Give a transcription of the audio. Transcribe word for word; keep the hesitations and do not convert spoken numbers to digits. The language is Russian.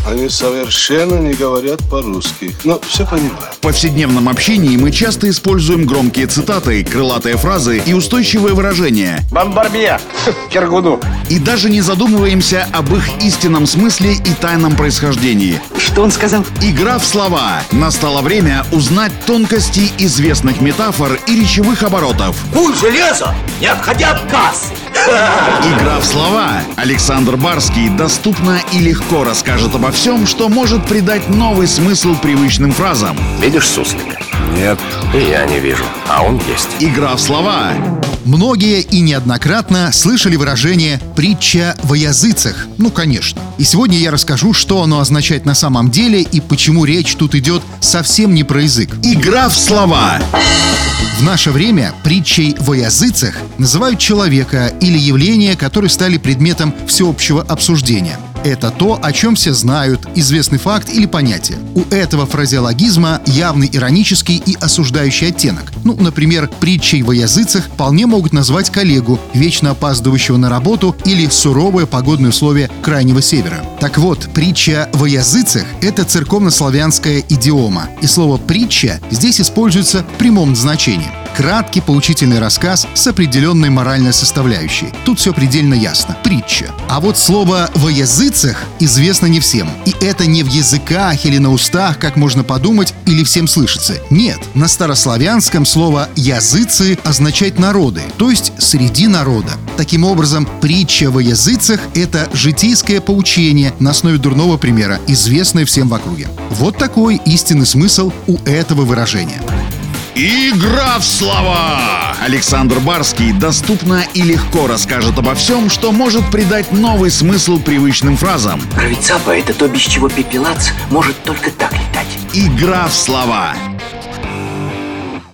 Они совершенно не говорят по-русски, но все понимаю. В повседневном общении мы часто используем громкие цитаты, крылатые фразы и устойчивые выражения. Бомбарбье! Киргуду! И даже не задумываемся об их истинном смысле и тайном происхождении. Что он сказал? Игра в слова. Настало время узнать тонкости известных метафор и речевых оборотов. Куй железо, не отходя от кассы. Игра в слова. Александр Барский доступно и легко расскажет обо всем, что может придать новый смысл привычным фразам. Видишь суслика? Нет. И я не вижу, а он есть. Игра в слова. Многие и неоднократно слышали выражение «притча во языцах». Ну, конечно. И сегодня я расскажу, что оно означает на самом деле и почему речь тут идет совсем не про язык. Игра в слова. В наше время притчей во языцах называют человека или явления, которые стали предметом всеобщего обсуждения. Это то, о чем все знают, известный факт или понятие. У этого фразеологизма явный иронический и осуждающий оттенок. Ну, например, притчей во языцах вполне могут назвать коллегу, вечно опаздывающего на работу, или суровое погодное условие Крайнего Севера. Так вот, притча во языцах — это церковнославянская идиома. И слово «притча» здесь используется в прямом значении. Краткий поучительный рассказ с определенной моральной составляющей. Тут все предельно ясно. Притча. А вот слово «во языцах» известно не всем. И это не в языках или на устах, как можно подумать, или всем слышится. Нет. На старославянском слово «языцы» означает «народы», то есть «среди народа». Таким образом, притча во языцах — это житейское поучение на основе дурного примера, известное всем в округе. Вот такой истинный смысл у этого выражения. Игра в слова! Александр Барский доступно и легко расскажет обо всем, что может придать новый смысл привычным фразам. Правицапа — это то, без чего пепелац может только так летать. Игра в слова.